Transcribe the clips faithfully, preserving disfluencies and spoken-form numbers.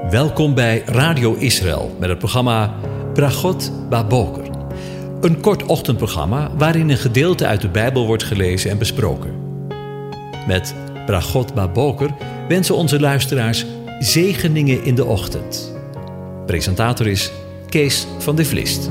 Welkom bij Radio Israël met het programma Bragot Baboker. Een kort ochtendprogramma waarin een gedeelte uit de Bijbel wordt gelezen en besproken. Met Bragot Baboker wensen onze luisteraars zegeningen in de ochtend. Presentator is Kees van de Vlist.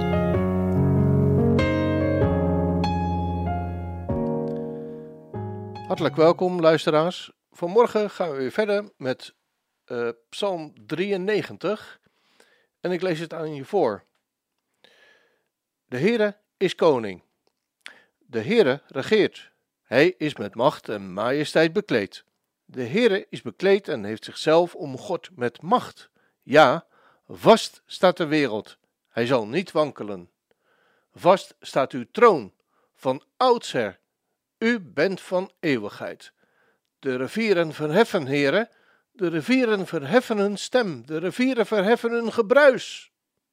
Hartelijk welkom luisteraars. Vanmorgen gaan we weer verder met uh, Psalm drieënnegentig en ik lees het aan je voor. De Heere is koning. De Heere regeert. Hij is met macht en majesteit bekleed. De Heere is bekleed en heeft zichzelf omgord met macht. Ja, vast staat de wereld. Hij zal niet wankelen. Vast staat uw troon van oudsher. U bent van eeuwigheid. De rivieren verheffen, Heere, de rivieren verheffen hun stem, de rivieren verheffen hun gebruis.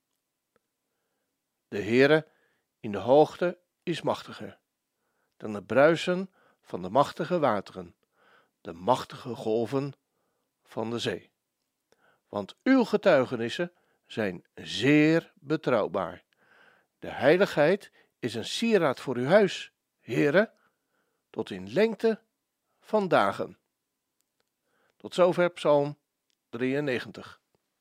De Heere in de hoogte is machtiger dan het bruisen van de machtige wateren, de machtige golven van de zee. Want uw getuigenissen zijn zeer betrouwbaar. De heiligheid is een sieraad voor uw huis, Heere, tot in lengte van dagen. Tot zover Psalm drieënnegentig.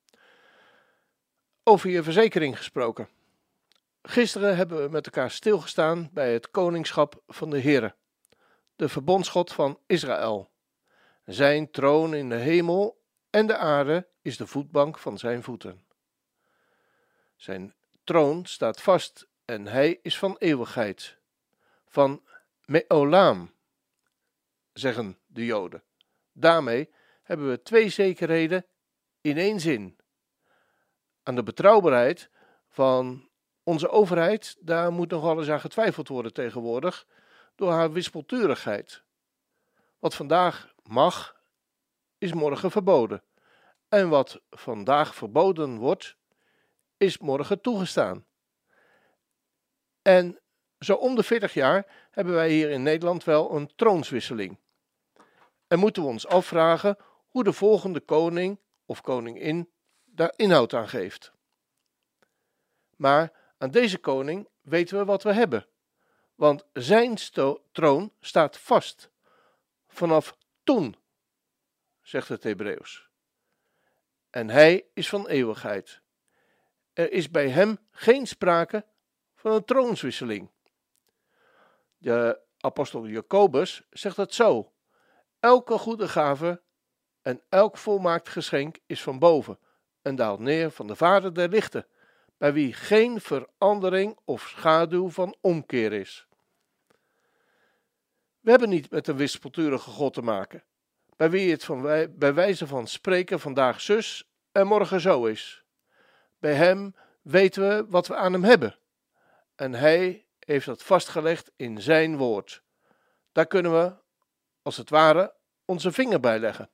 Over je verzekering gesproken. Gisteren hebben we met elkaar stilgestaan bij het koningschap van de Heere, de verbondsgod van Israël. Zijn troon in de hemel en de aarde is de voetbank van zijn voeten. Zijn troon staat vast en hij is van eeuwigheid, van Me'olam, zeggen de Joden. Daarmee hebben we twee zekerheden in één zin. Aan de betrouwbaarheid van onze overheid, daar moet nog wel eens aan getwijfeld worden tegenwoordig, door haar wispelturigheid. Wat vandaag mag, is morgen verboden. En wat vandaag verboden wordt, is morgen toegestaan. En zo om de veertig jaar hebben wij hier in Nederland wel een troonswisseling. En moeten we ons afvragen hoe de volgende koning of koningin daar inhoud aan geeft. Maar aan deze koning weten we wat we hebben, want zijn sto- troon staat vast. Vanaf toen, zegt het Hebreeuws. En hij is van eeuwigheid. Er is bij hem geen sprake van een troonswisseling. De apostel Jacobus zegt het zo: elke goede gave en elk volmaakt geschenk is van boven en daalt neer van de Vader der lichten, bij wie geen verandering of schaduw van omkeer is. We hebben niet met een wispelturige God te maken, bij wie het van wij, bij wijze van spreken vandaag zus en morgen zo is. Bij hem weten we wat we aan hem hebben en hij heeft dat vastgelegd in zijn woord. Daar kunnen we, als het ware, onze vinger bij leggen.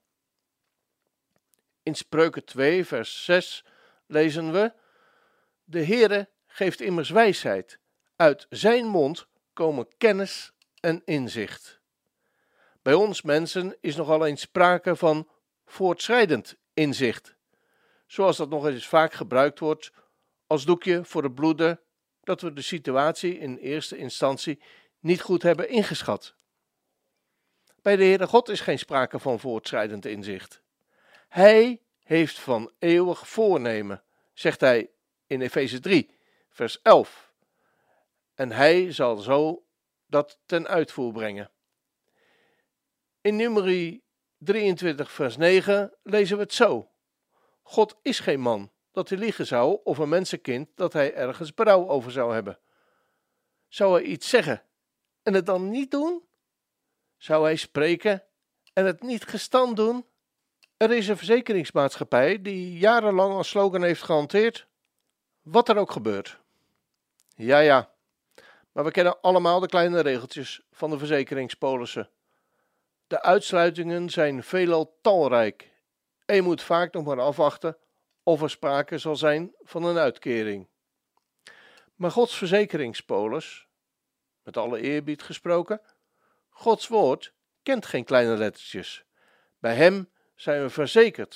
In Spreuken twee, vers zes lezen we: de Heere geeft immers wijsheid. Uit zijn mond komen kennis en inzicht. Bij ons mensen is nogal eens sprake van voortschrijdend inzicht, zoals dat nog eens vaak gebruikt wordt als doekje voor het bloeden, dat we de situatie in eerste instantie niet goed hebben ingeschat. Bij de Heere God is geen sprake van voortschrijdend inzicht. Hij heeft van eeuwig voornemen, zegt hij in Efeze drie, vers elf. En hij zal zo dat ten uitvoer brengen. In Numeri drieëntwintig, vers negen lezen we het zo: God is geen man dat hij liegen zou, of een mensenkind dat hij ergens berouw over zou hebben. Zou hij iets zeggen en het dan niet doen? Zou hij spreken en het niet gestand doen? Er is een verzekeringsmaatschappij die jarenlang als slogan heeft gehanteerd: wat er ook gebeurt. Ja, ja, maar we kennen allemaal de kleine regeltjes van de verzekeringspolissen. De uitsluitingen zijn veelal talrijk en je moet vaak nog maar afwachten of er sprake zal zijn van een uitkering. Maar Gods verzekeringspolis, met alle eerbied gesproken, Gods woord kent geen kleine lettertjes. Bij hem zijn we verzekerd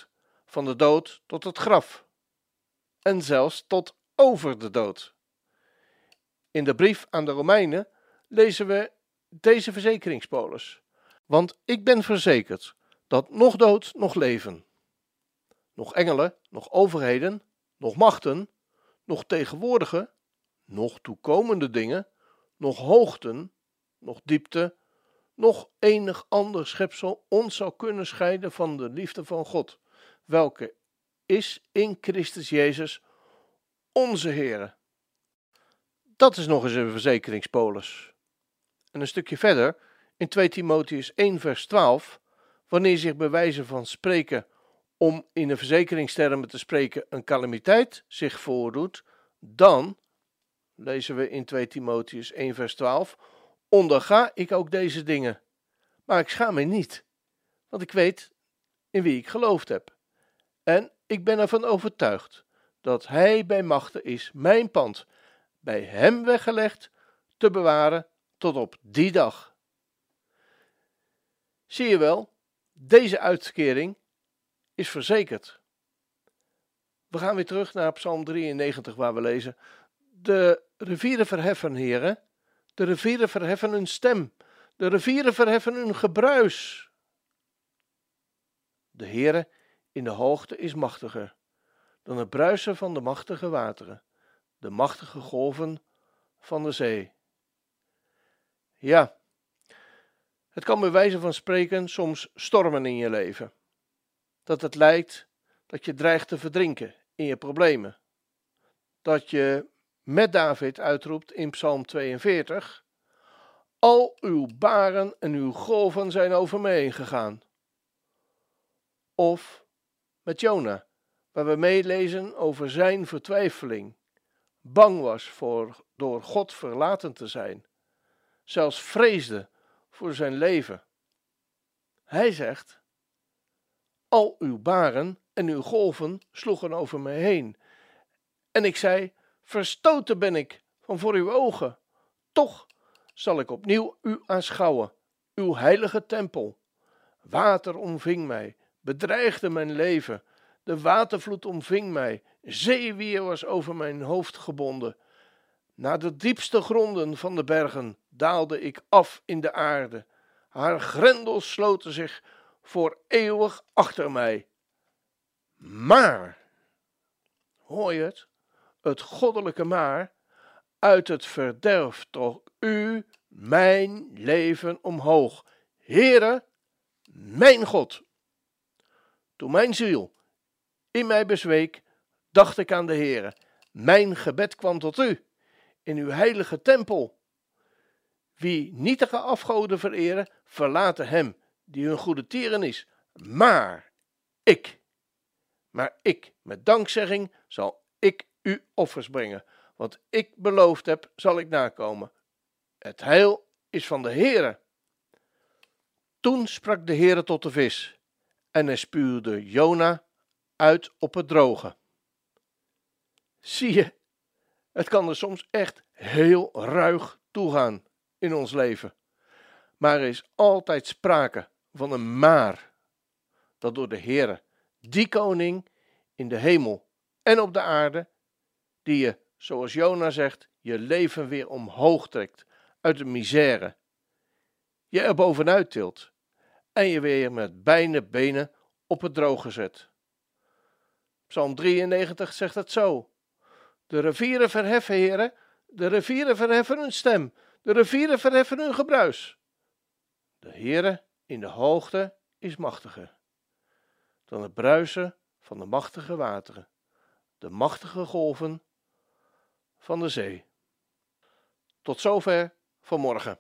van de dood tot het graf en zelfs tot over de dood. In de brief aan de Romeinen lezen we deze verzekeringspolis. Want ik ben verzekerd dat nog dood, nog leven, nog engelen, nog overheden, nog machten, nog tegenwoordige, nog toekomende dingen, nog hoogten, nog diepte, nog enig ander schepsel ons zal kunnen scheiden van de liefde van God, welke is in Christus Jezus onze Heere. Dat is nog eens een verzekeringspolis. En een stukje verder, in twee Timotheüs één vers twaalf, wanneer zich bij wijze van spreken, om in de verzekeringstermen te spreken, een calamiteit zich voordoet, dan, lezen we in twee Timotheüs één vers twaalf, onderga ik ook deze dingen. Maar ik schaam mij niet, want ik weet in wie ik geloofd heb. En ik ben ervan overtuigd dat hij bij machte is mijn pand bij hem weggelegd te bewaren tot op die dag. Zie je wel, deze uitkering is verzekerd. We gaan weer terug naar Psalm drieënnegentig waar we lezen: de rivieren verheffen, heren, de rivieren verheffen hun stem, de rivieren verheffen hun gebruis. De Heere in de hoogte is machtiger dan het bruisen van de machtige wateren, de machtige golven van de zee. Ja, het kan bij wijze van spreken soms stormen in je leven. Dat het lijkt dat je dreigt te verdrinken in je problemen. Dat je met David uitroept in Psalm tweeënveertig: al uw baren en uw golven zijn over me heen gegaan. Of met Jona, waar we meelezen over zijn vertwijfeling, bang was voor door God verlaten te zijn, zelfs vreesde voor zijn leven. Hij zegt: al uw baren en uw golven sloegen over me heen. En ik zei: verstoten ben ik van voor uw ogen. Toch zal ik opnieuw u aanschouwen, uw heilige tempel. Water omving mij, bedreigde mijn leven. De watervloed omving mij, zeewier was over mijn hoofd gebonden. Naar de diepste gronden van de bergen daalde ik af in de aarde. Haar grendels sloten zich voor eeuwig achter mij. Maar, hoor je het? Het goddelijke maar, uit het verderf trok u mijn leven omhoog. Heere, mijn God. Toen mijn ziel in mij bezweek, dacht ik aan de Heere. Mijn gebed kwam tot u, in uw heilige tempel. Wie nietige afgoden vereren, verlaten hem, die hun goede tieren is. Maar ik, maar ik, met dankzegging, zal ik u offers brengen. Wat ik beloofd heb, zal ik nakomen. Het heil is van de Heere. Toen sprak de Heere tot de vis, en hij spuwde Jona uit op het droge. Zie je, het kan er soms echt heel ruig toegaan in ons leven. Maar er is altijd sprake van een maar, dat door de Heere, die koning in de hemel en op de aarde, die je, zoals Jona zegt, je leven weer omhoog trekt uit de misère, je er bovenuit tilt en je weer met beide benen op het droge zet. Psalm drieënnegentig zegt het zo: de rivieren verheffen, heren, de rivieren verheffen hun stem, de rivieren verheffen hun gebruis. De Heere in de hoogte is machtiger dan het bruisen van de machtige wateren, de machtige golven van de zee. Tot zover vanmorgen.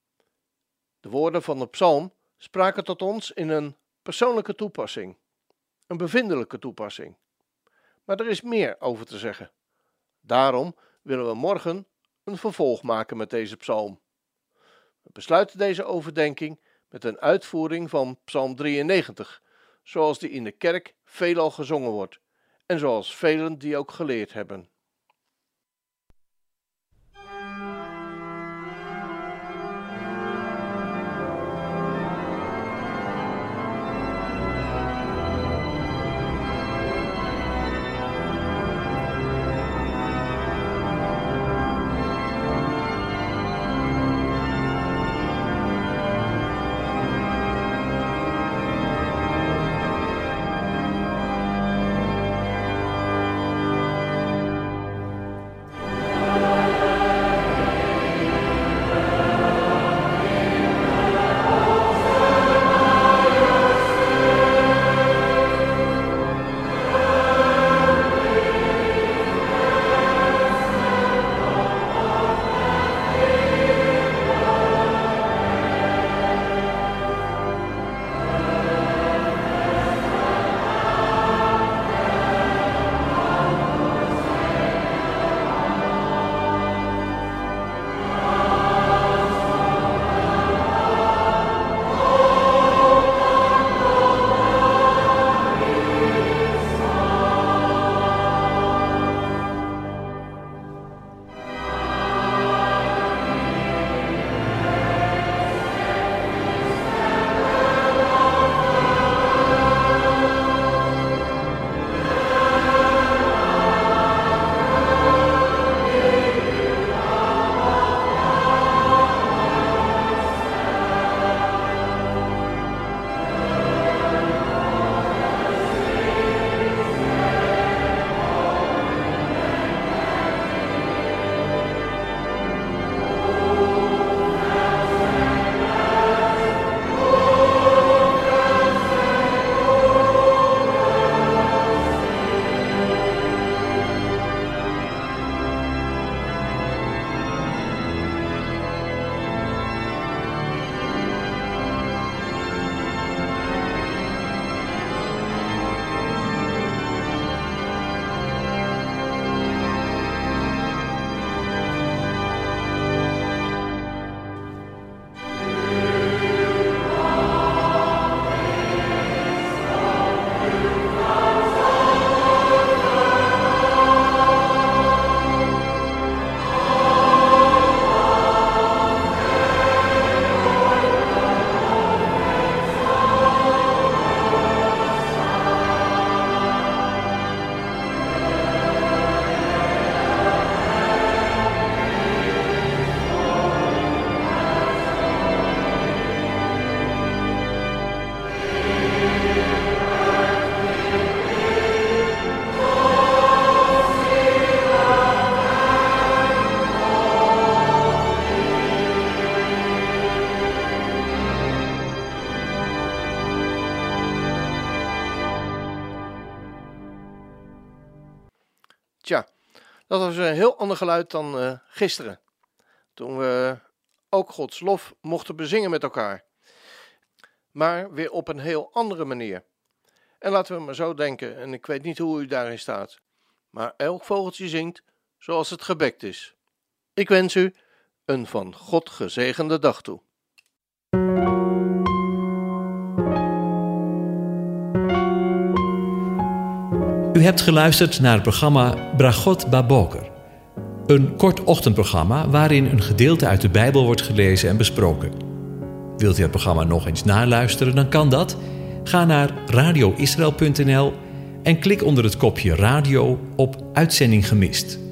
De woorden van de psalm spraken tot ons in een persoonlijke toepassing, een bevindelijke toepassing. Maar er is meer over te zeggen. Daarom willen we morgen een vervolg maken met deze psalm. We besluiten deze overdenking met een uitvoering van Psalm drieënnegentig, zoals die in de kerk veelal gezongen wordt en zoals velen die ook geleerd hebben. Dat was een heel ander geluid dan uh, gisteren. Toen we ook Gods lof mochten bezingen met elkaar. Maar weer op een heel andere manier. En laten we maar zo denken, en ik weet niet hoe u daarin staat. Maar elk vogeltje zingt zoals het gebekt is. Ik wens u een van God gezegende dag toe. U hebt geluisterd naar het programma Bragot Baboker. Een kort ochtendprogramma waarin een gedeelte uit de Bijbel wordt gelezen en besproken. Wilt u het programma nog eens naluisteren, dan kan dat. Ga naar radio israël punt n l en klik onder het kopje radio op Uitzending gemist.